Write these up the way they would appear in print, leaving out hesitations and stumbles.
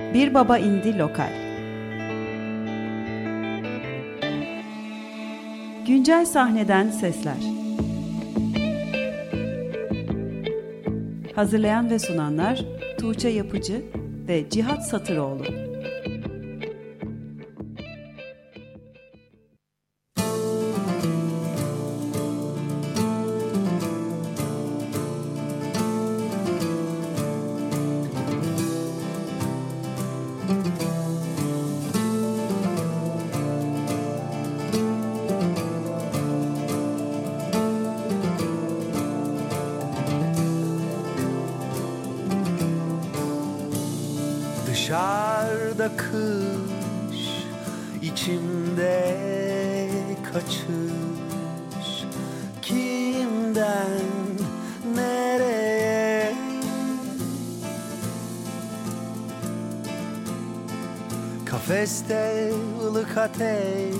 Bir Baba indi lokal. Güncel sahneden sesler. Hazırlayan ve sunanlar Tuğçe Yapıcı ve Cihat Satıroğlu. Dışarıda kış, içimde kaçış. Kimden nereye? Kafeste ılık ateş,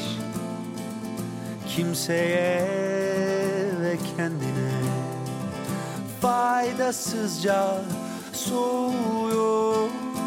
kimseye ve kendine faydasızca soğuyor.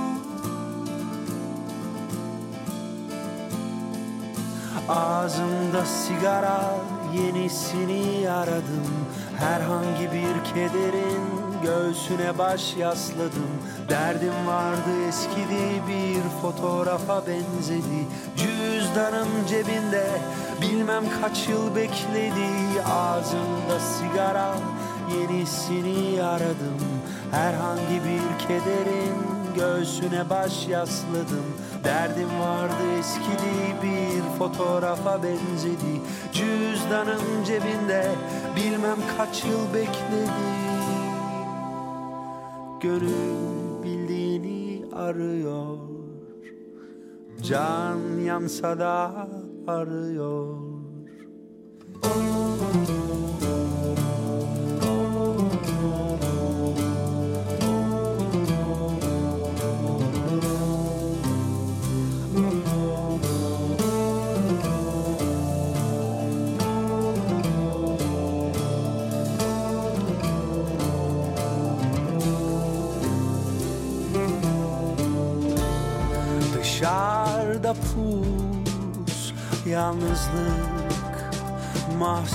Ağzımda sigara, yenisini aradım. Herhangi bir kederin göğsüne baş yasladım. Derdim vardı, eskidi, bir fotoğrafa benzedi. Cüzdanım cebinde, bilmem kaç yıl bekledi. Ağzımda sigara, yenisini aradım. Herhangi bir kederin göğsüne baş yasladım. Derdim vardı, eskidi, bir fotoğrafa benzedi. Cüzdanım cebinde, bilmem kaç yıl bekledi. Gönül bildiğini arıyor, can yansa da arıyor. Dışarıda pus, yalnızlık mahsus,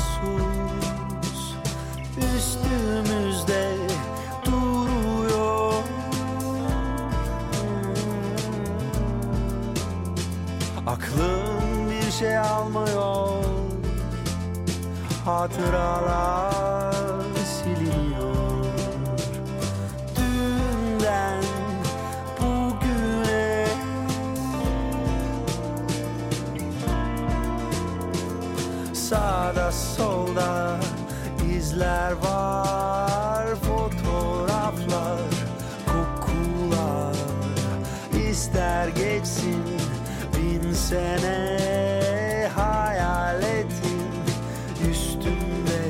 üstümüzde duruyor. Aklım bir şey almıyor, hatıralar siliniyor. Dünden bugüne sağda solda izler var, fotoğraflar, kokular. İster geçsin 1000 sene, hayaletin üstümde.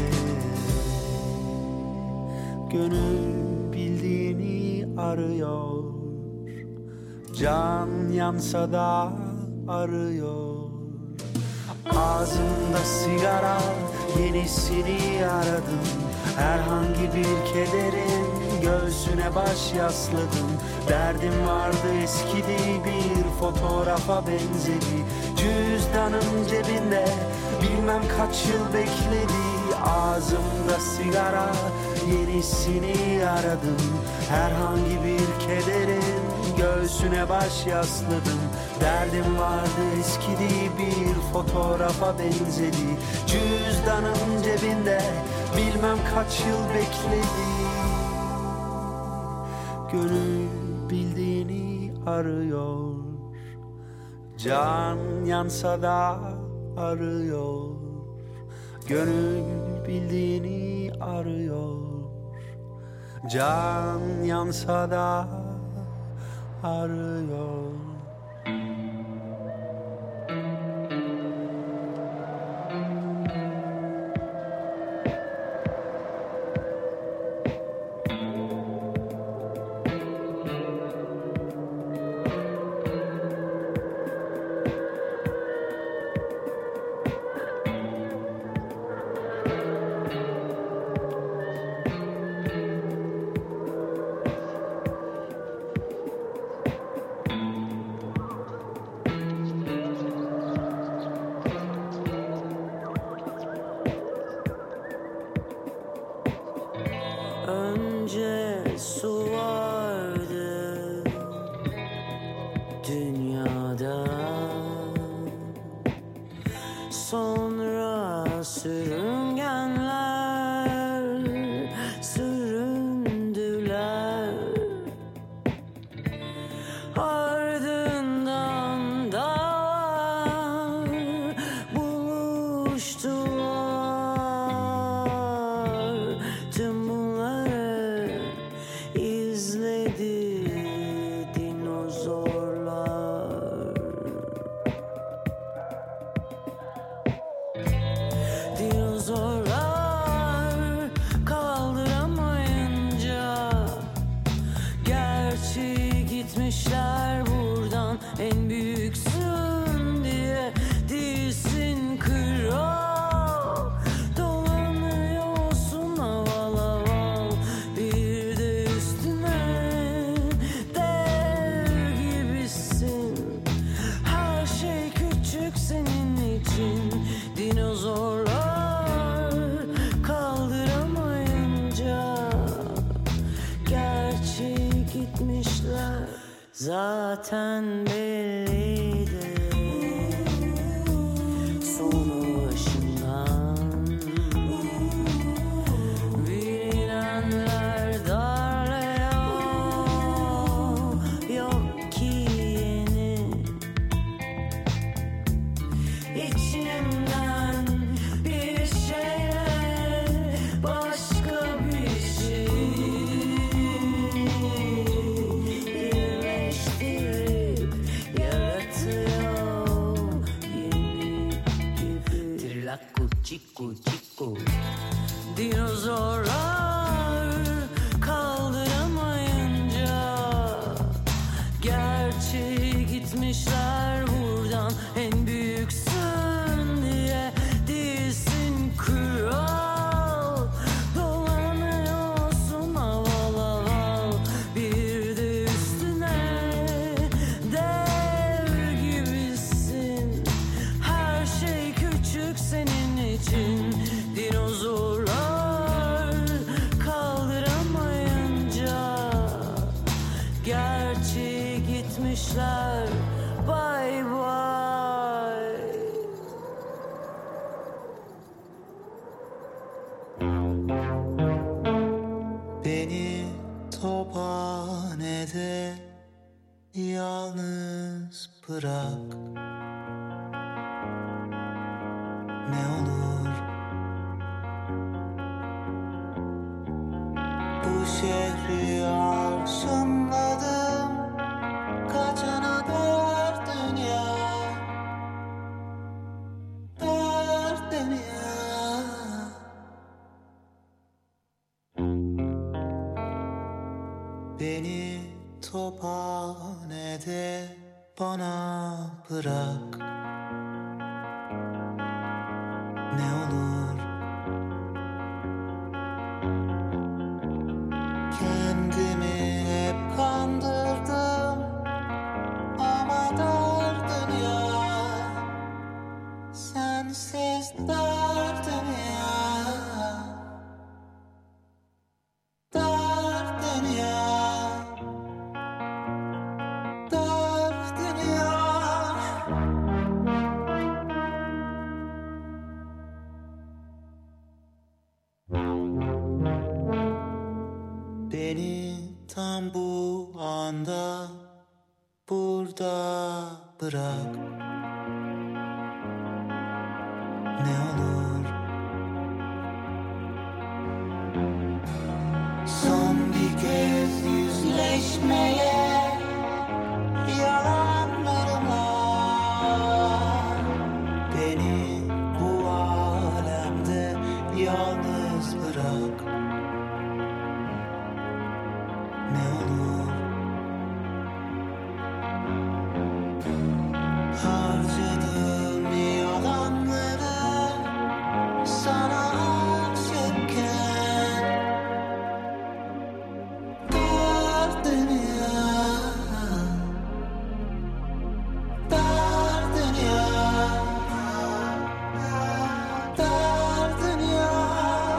Gönül bildiğini arıyor, can yansa da arıyor. Ağzımda sigara, yenisini aradım. Herhangi bir kederin göğsüne baş yasladım. Derdim vardı, eskidi, bir fotoğrafa benzedi. Cüzdanım cebinde, bilmem kaç yıl bekledi. Ağzımda sigara, yenisini aradım. Herhangi bir kederin göğsüne baş yasladım. Derdim vardı, eskidi, bir fotoğrafa benzedi. Cüzdanım cebinde, bilmem kaç yıl bekledi. Gönül bildiğini arıyor, can yansa da arıyor. Gönül bildiğini arıyor, can yansa da arıyor. sürüngenler süründüler. Ardından dağlar buluştular. Tüm bunları izledi dinozorlar. Dinozorlar kaldıramayınca gerçi gitmişler buradan, en büyüksün diye değilsin kral. Dolanıyorsun aval aval, bir de üstüne dev gibisin. Her şey küçük senin için. Dinozorlar kaldıramayınca gerçi gitmişler. Zaten belliydi sonu başından. Bilinenler darlıyor, yok ki yeni. İçimden bir şeyler, başka bir şey birleştirip yaratıyor yeni gibi. Trilaku çiku çiku. Dinozorlar kaldıramayınca gerçi gitmişler buradan, en büyüksün diye değilsin kral. Dolanıyorsun aval aval, bir de üstüne dev gibisin. Her şey küçük senin için. Dinozorlar kaldıramayınca gerçi gitmişler. Bye bye. Beni tophanede yalnız bırak. Ne olur bu şehri arzumladım, kaçana dört dünya, dört dünya. Beni tophanede bana bırak. Ne olur kendimi hep kandırdım ama dar dünya, sensiz dar dünya, dar dünya, dar dünya. Beni tam bu anda burada bırak. Ne olur son bir kez yüzleşmeye yalanlarıma. Beni bu alemde yalnız bırak. Ne olur harcadığım yalanları sana aşıkken, dar dünya, dar dünya, dar dünya.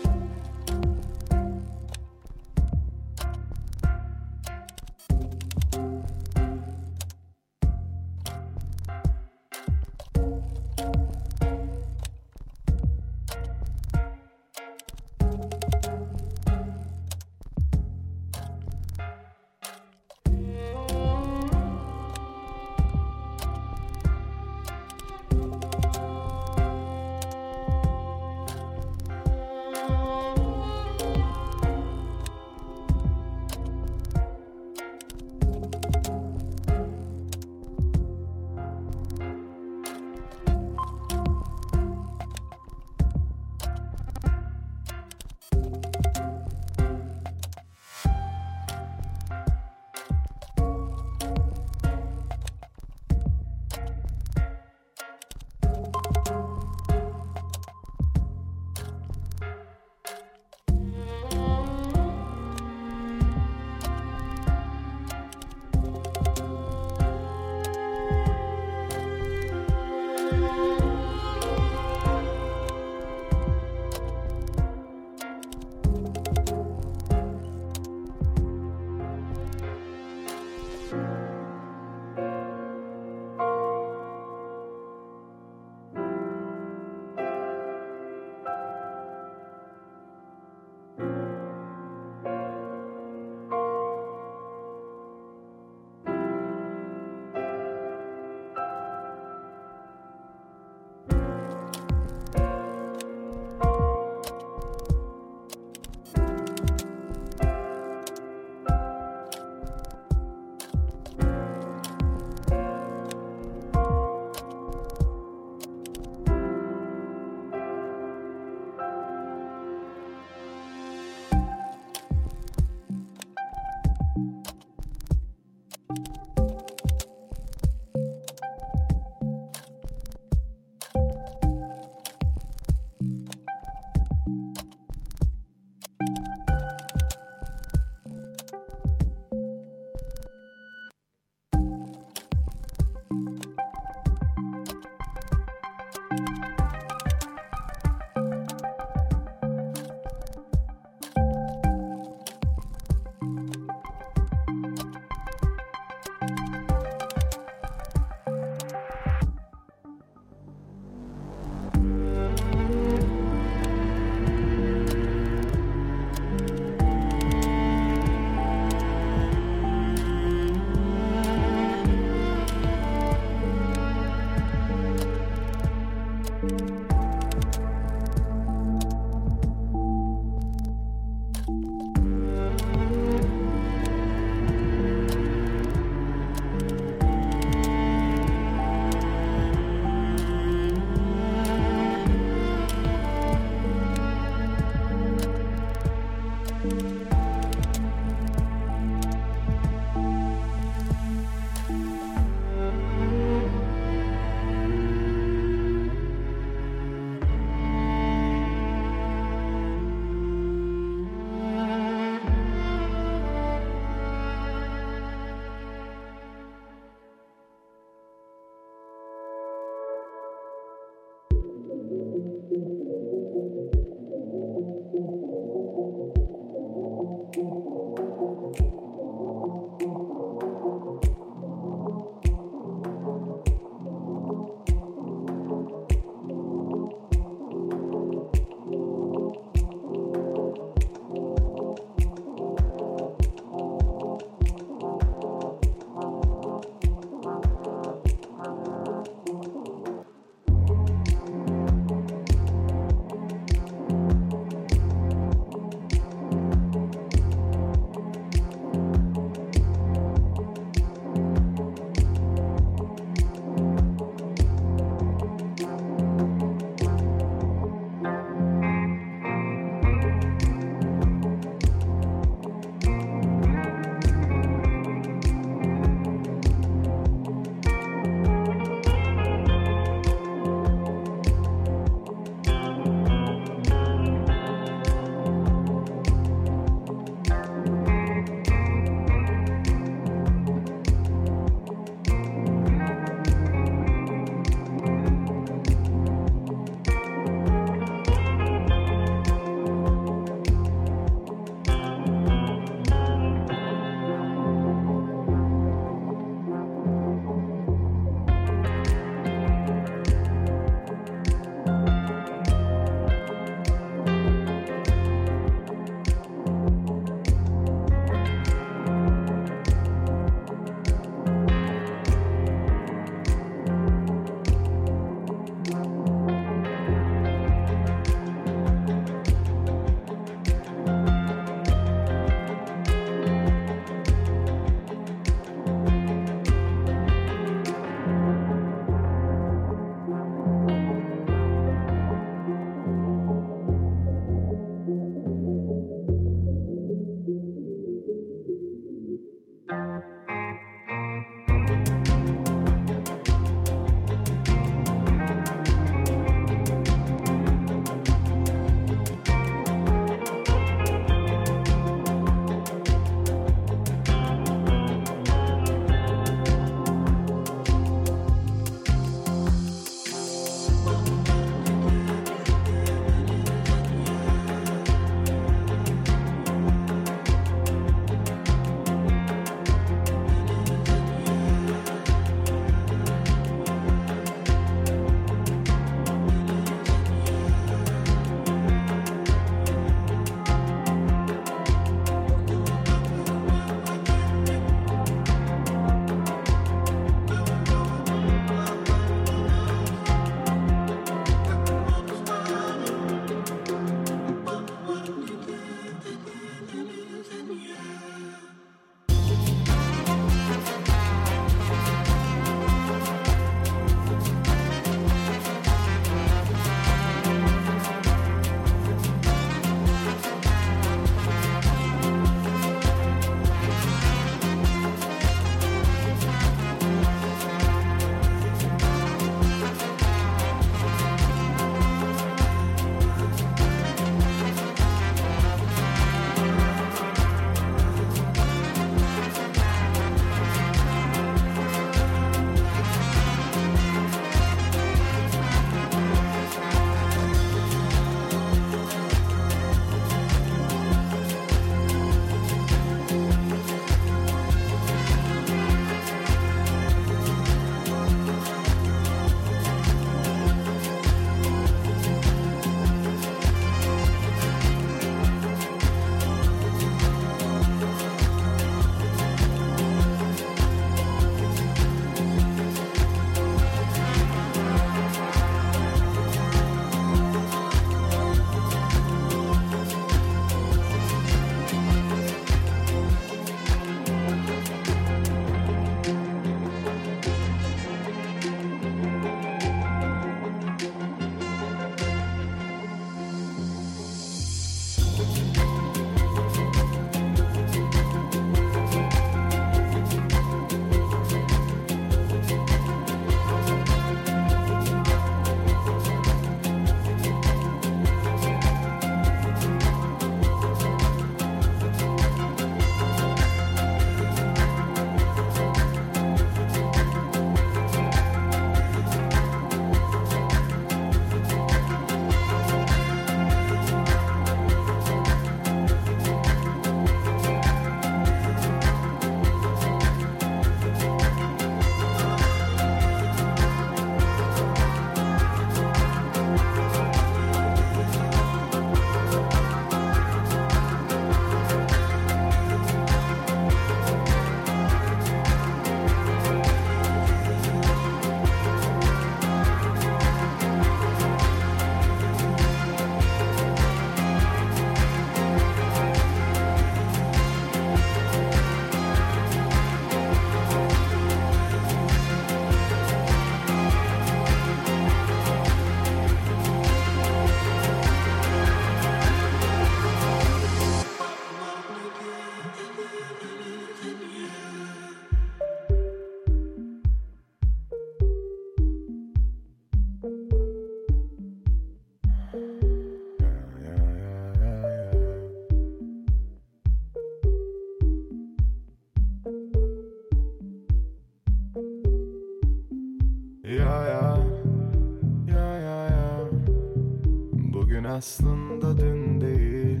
Ya bugün aslında dün değil.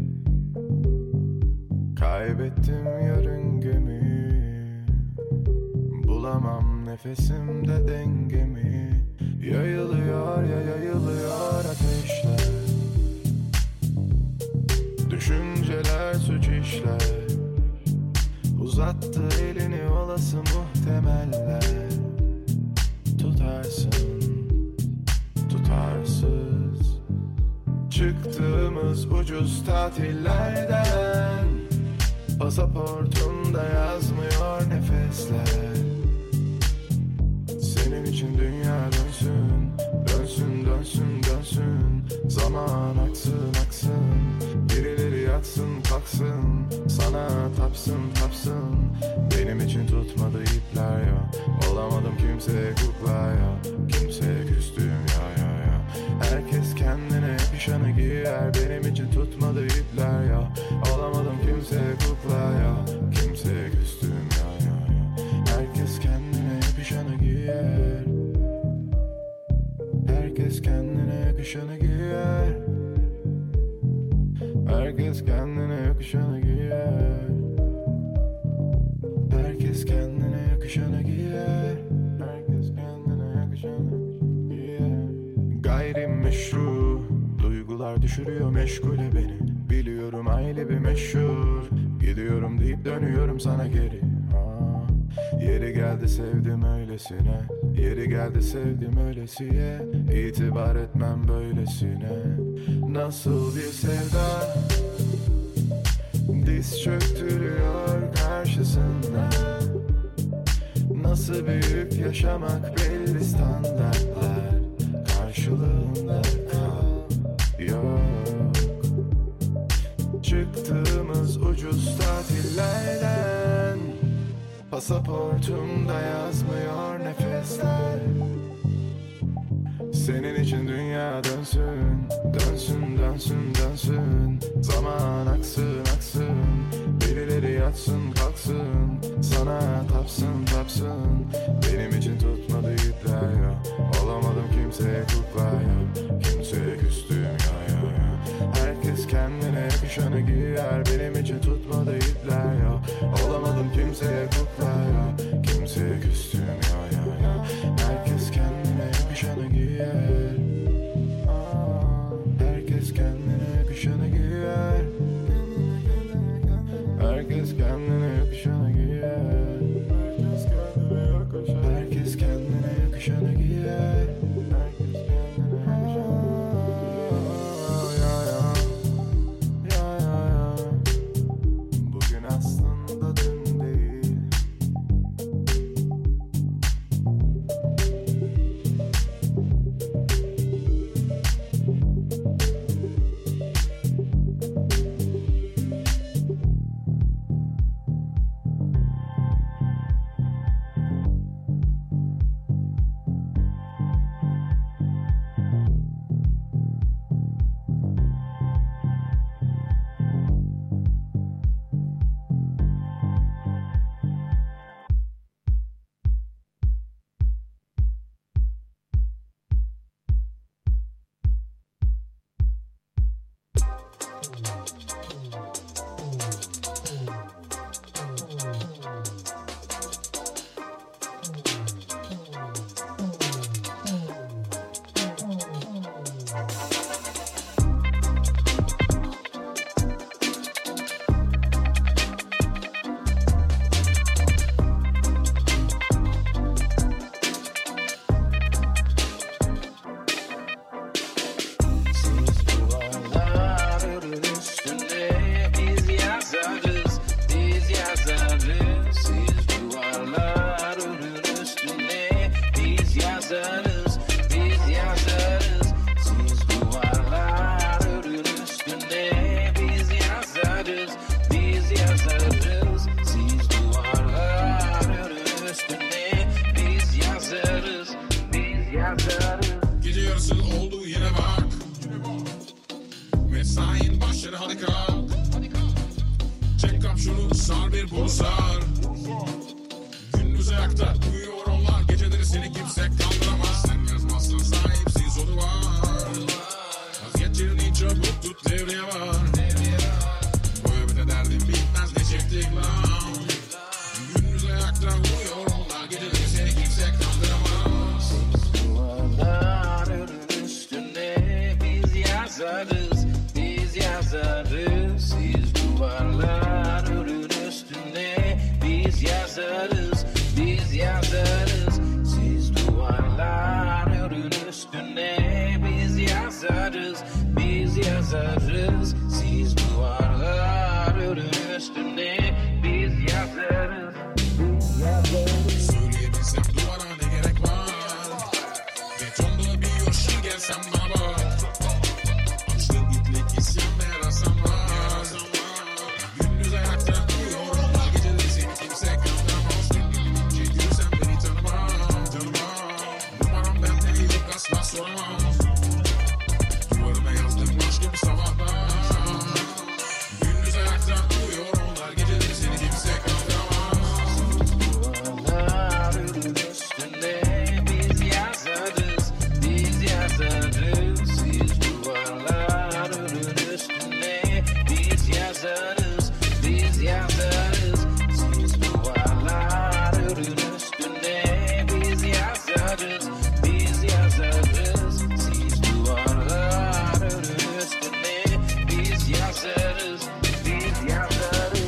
Kaybettim yörüngemi. Bulamam nefesimde dengemi. Yayılıyor ateşler. Düşünceler suç işler. Uzattı elini olası muhtemeller. Tutarsız çıktığımız ucuz tatillerden. Pasaportumda yazmıyor nefesler. Senin için dünya dönsün. Zaman aksın. Birileri yatsın kalksın. Sana tapsın. Benim için tutmadı ipler ya. Olamadım kimseye kukla ya. Kimseye küstüm ya. Herkes kendine yakışanı giyer. Benim için tutmadı ipler ya. Olamadım kimseye kukla ya. Kimseye küstüm ya. Herkes kendine yakışanı giyer. Herkes kendine yakışanı giyer. Herkes kendine yakışanı giyer. Herkes kendine yakışanı giyer. Herkes kendine yakışanı giyer. Gayrimeşru duygular düşürüyor meşgule beni. Biliyorum aile bir meşhur. Gidiyorum deyip dönüyorum sana geri. Yeri geldi sevdim öylesine. Yeri geldi sevdim öylesiye. İtibar etmem böylesine. Nasıl bir sevda diz çöktürüyor karşısında. Nasıl büyük yaşamak belli standartlar. Karşılığında kal yok. Çıktığımız ucuz tatillerden. Pasaportumda yazmıyor nefesler. Senin için dünya dönsün. Zaman aksın. Birileri yatsın kalksın. Sana tapsın. Benim için tutmadı ipler ya. Olamadım kimseye kukla ya. Kimseye küstüm ya. Herkes kendine yakışanı giyer. Benim için tutmadı ipler ya. Olamadım kimseye kukla ya. Kimseye küstüm ya. Herkes kendine yakışanı giyer. Herkes kendine yakışanı giyer. Herkes kendine yakışanı giyer. Herkes kendine yakışanı giyer. Bugün aslında dün değil. sar bir bulsar. Gündüz ayakta uyuyor onlar, geceleri seni kimse kalmaz. yazarız. Siz duvarların üstüne biz yazarız. Söyleyebilsem duvara ne gerek var? Betonda bir yoşun gelsen bana bak. Açlık itlik isyan ve rastlanmaz. Gündüz ayakta uyuyorum. Geceleri seni kimse kandıramaz. Çekiyorsan beni tanımam. Numaram bende yok asla soramam. Duvarıma yazdım aşkım sabahlar. Gündüz ayakta uyuyorlar. Geceleri seni kimse kandıramaz. Duvarların üstünde biz yazarız. Biz yazarız. Siz duvarların üstünde biz yazarız. Biz yazarız. Siz duvarların üstünde biz yazarız. Biz yazarız. Siz duvarların üstünde biz yazarız. Biz yazarız.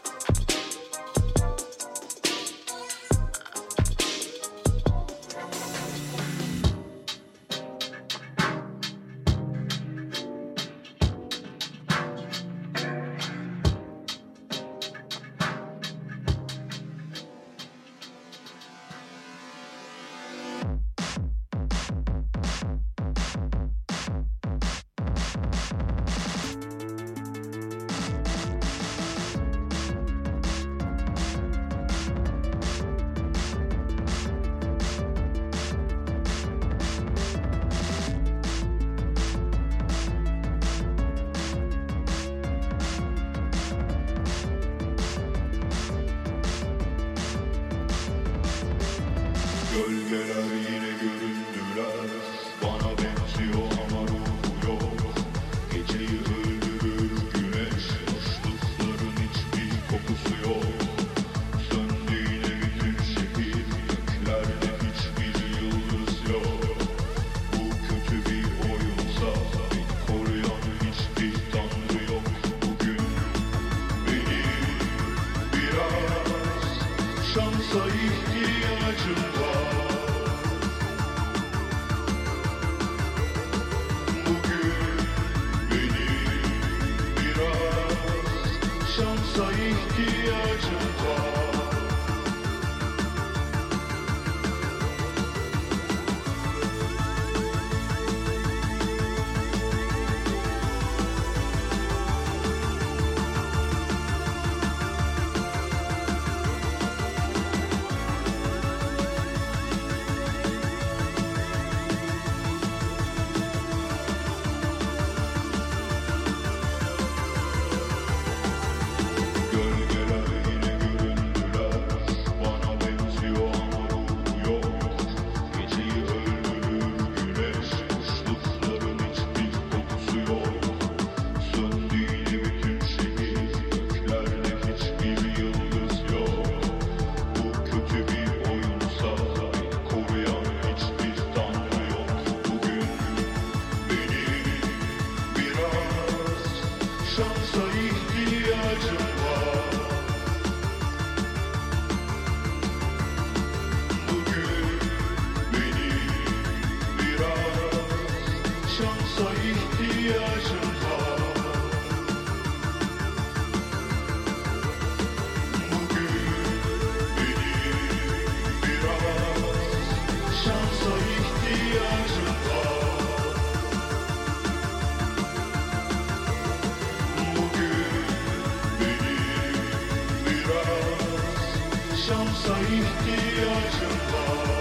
Gölgeler yine göründüler. Bana benziyor ama ruhu yok. Geceyi öldürür güneş. Boşlukların hiçbir kokusu yok. Söndü yine bütün şehir. Göklerde hiçbir yıldız yok. Bu kötü bir oyunsa beni koruyan hiçbir tanrı yok. Bugün benim biraz şansa ihtiyacım var. Bugün benim biraz şansa ihtiyacım var. Gölgeler yine göründüler. Bana benziyor ama ruhu yok. Geceyi öldürür güneş. Boşlukların hiçbir kokusu yok. Söndü yine bütün şehir. Göklerde hiçbir yıldız yok. Bu kötü bir oyunsa beni koruyan hiçbir tanrı yok. Bugün benim biraz şansa ihtiyacım var. Bugün benim biraz şansa ihtiyacım var. Bugün benim biraz şansa ihtiyacım var. Bugün benim biraz şansa ihtiyacım var.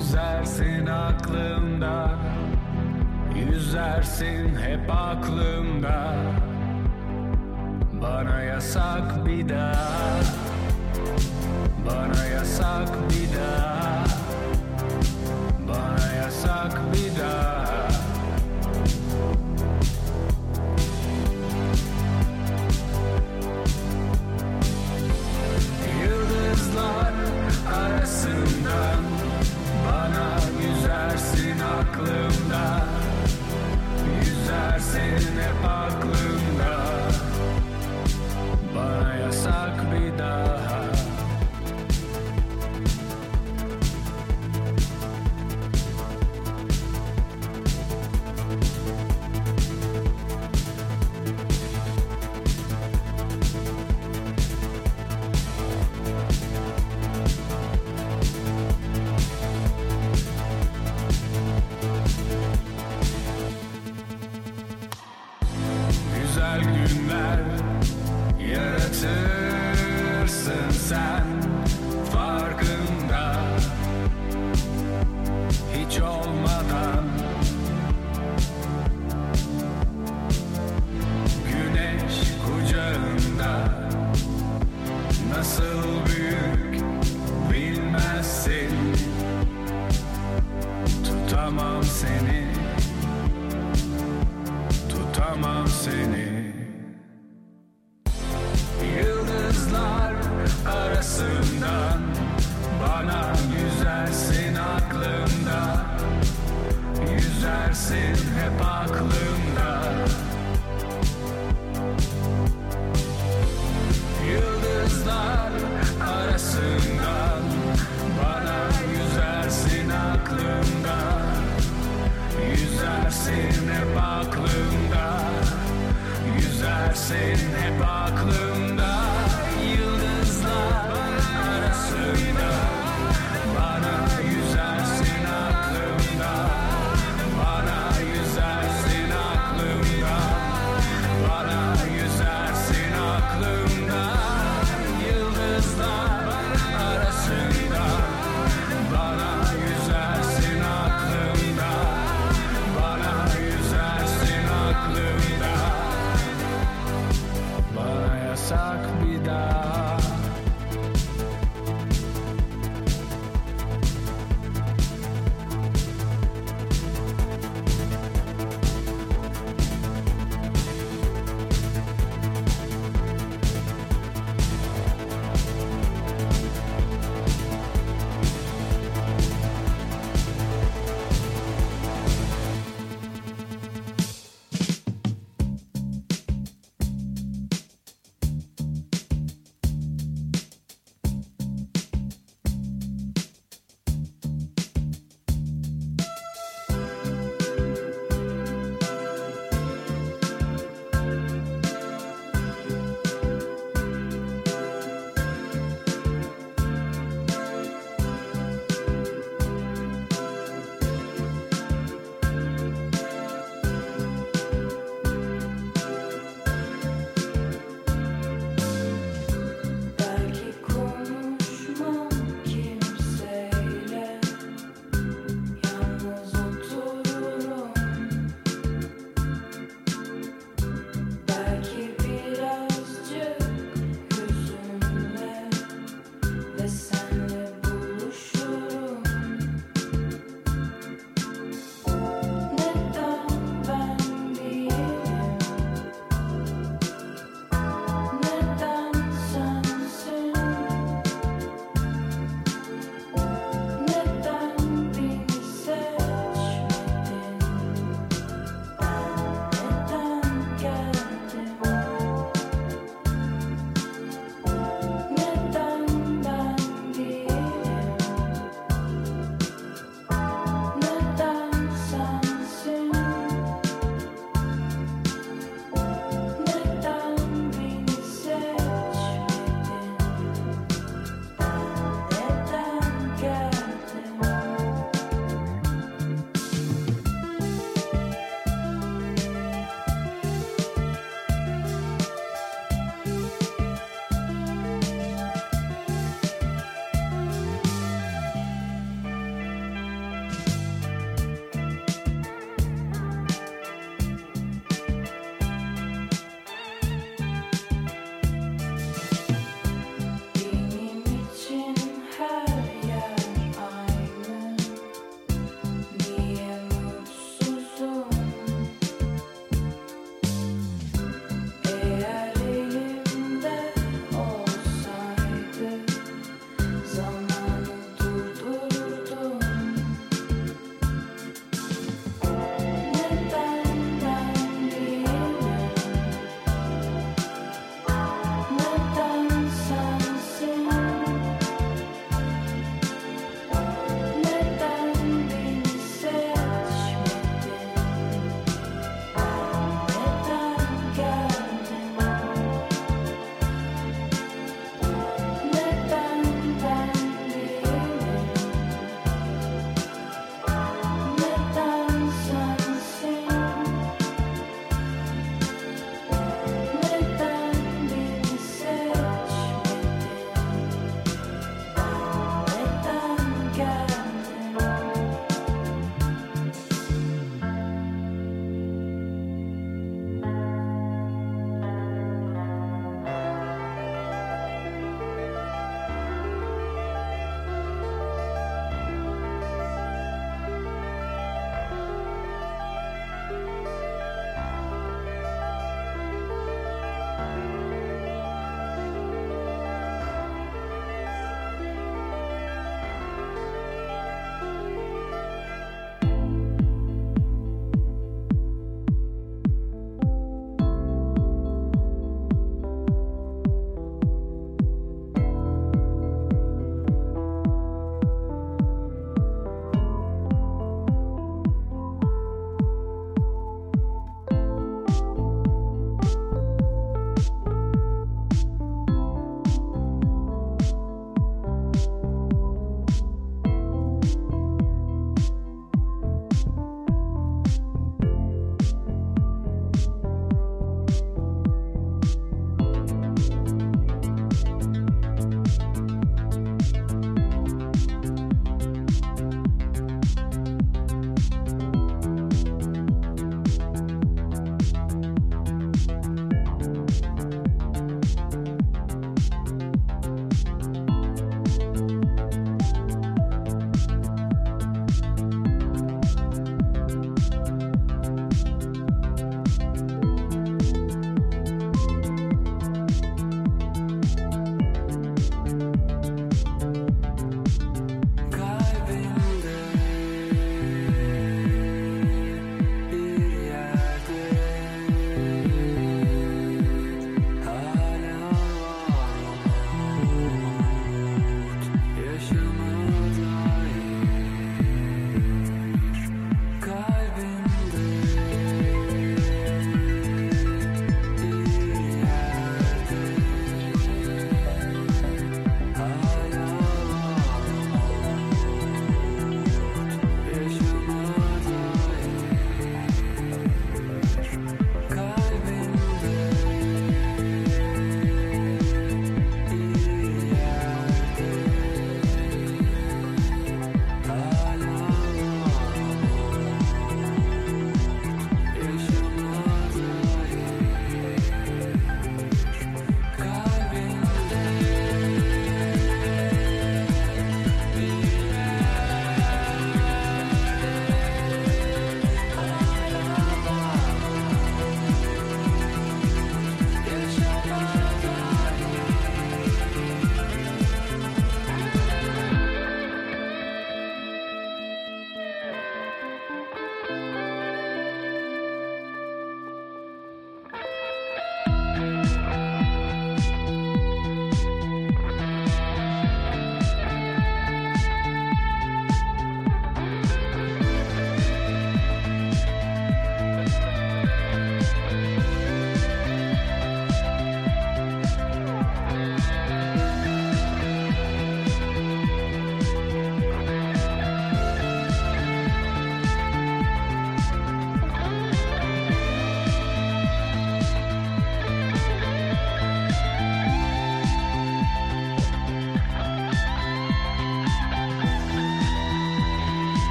yüzersin aklımda, yüzersin hep aklımda. Bana yasak bir daha, bana yasak bir daha, bana yasak bir daha. Yıldızlar arasından bana yüzersin aklımda, yüzersin hep aklımda. Bana yasak bir daha. Güzel günler yaratırsın sen farkında, hiç olmadan. Güneş kucağında nasıl büyük bilmezsin. Tutamam seni, tutamam seni. Yıldızlar arasından bana yüzersin aklımda, yüzersin hep aklımda. Yıldızlar arasından bana yüzersin aklımda, yüzersin hep aklımda, yüzersin hep aklımda. Yıldızlar arasında bana yüzersin aklımda, bana yüzersin aklımda, bana yüzersin aklımda. Yıldızlar arasında bana yüzersin aklımda, bana yüzersin aklımda, bana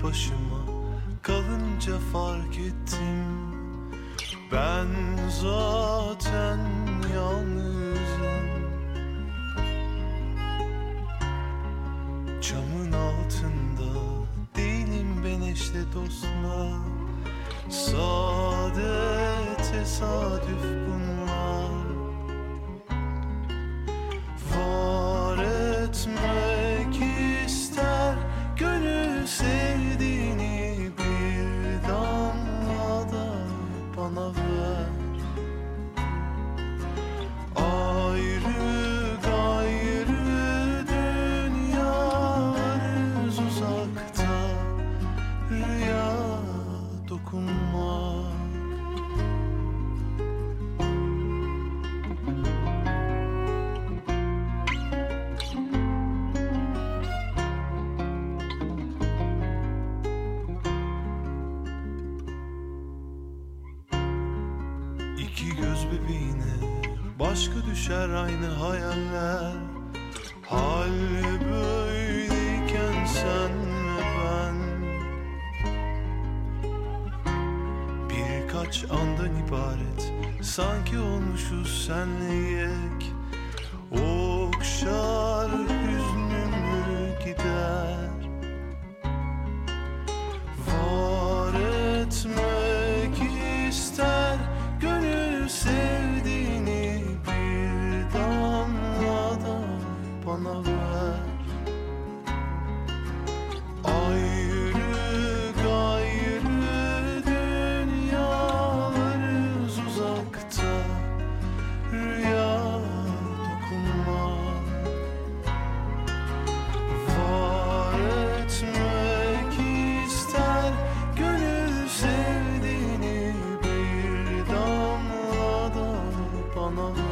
başıma kalınca fark ettim. Ben zaten yalnızım. Camın altında değilim ben eşle dostla. Sade tesadüf bunlar. Var etmek ister gönül sevdiğini, bir damla da bana ver. Ayrı gayrı dünyalarız uzakta, rüya dokunmak. İki göz bebeğine başka düşer aynı hayaller. Hal böyleyken sen ve ben birkaç andan ibaret, sanki olmuşuz senle yek. Okşar hüznümü gider. Var etmek ister gönül sevdiğini, bir damla da bana ver. Ayrı gayrı dünyalarız uzakta, rüya dokunmak. Var etmek ister gönül sevdiğini, bir damla da bana ver.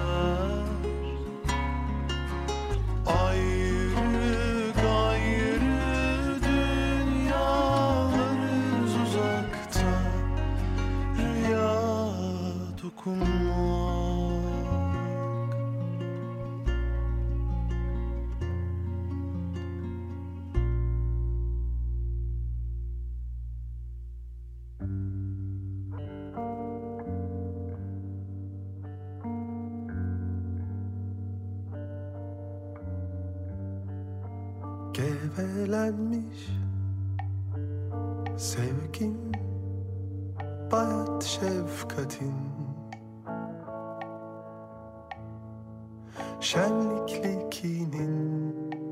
Ayrı gayrı dünyalarız uzakta, rüya dokunmak. Gevelenmiş sevgin, bayat şefkatin, şenliklikinin,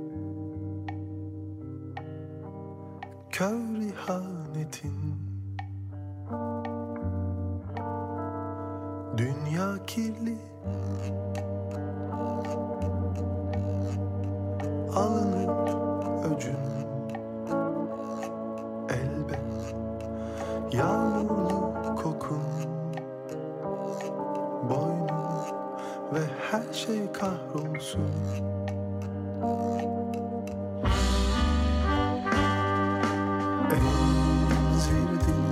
kör ihanetin. Dünya kirli, alınır öcün elbet. Yağmurlu kokun boynum ve her şey kahrolsun. Emzirdin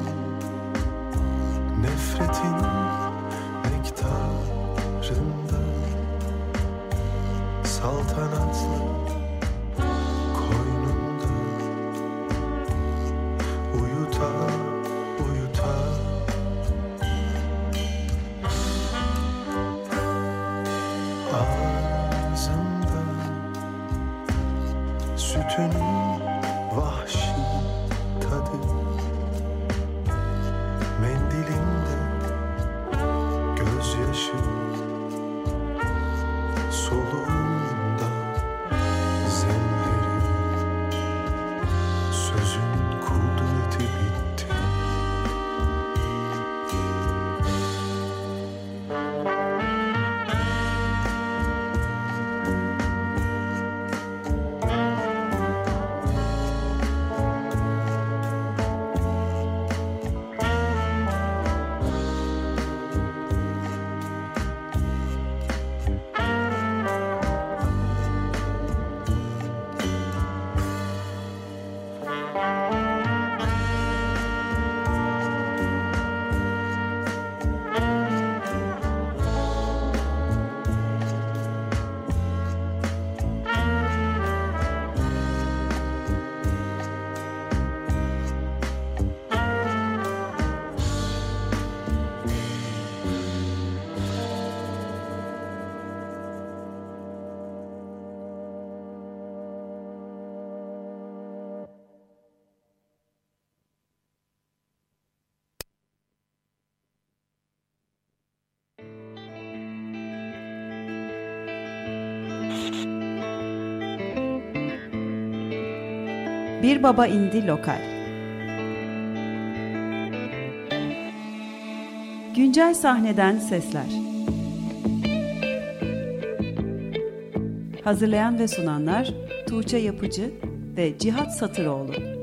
nefretin nektarında, saltanatlı koynunda, uyuta uyuta. Ağzımda sütünün vahşi tadı, mendilimde gözyaşı, soluğunda zemheri, sözün kudreti bitti. Bir Baba İndi Lokal. Güncel sahneden sesler. Hazırlayan ve sunanlar Tuğçe Yapıcı ve Cihat Satıroğlu.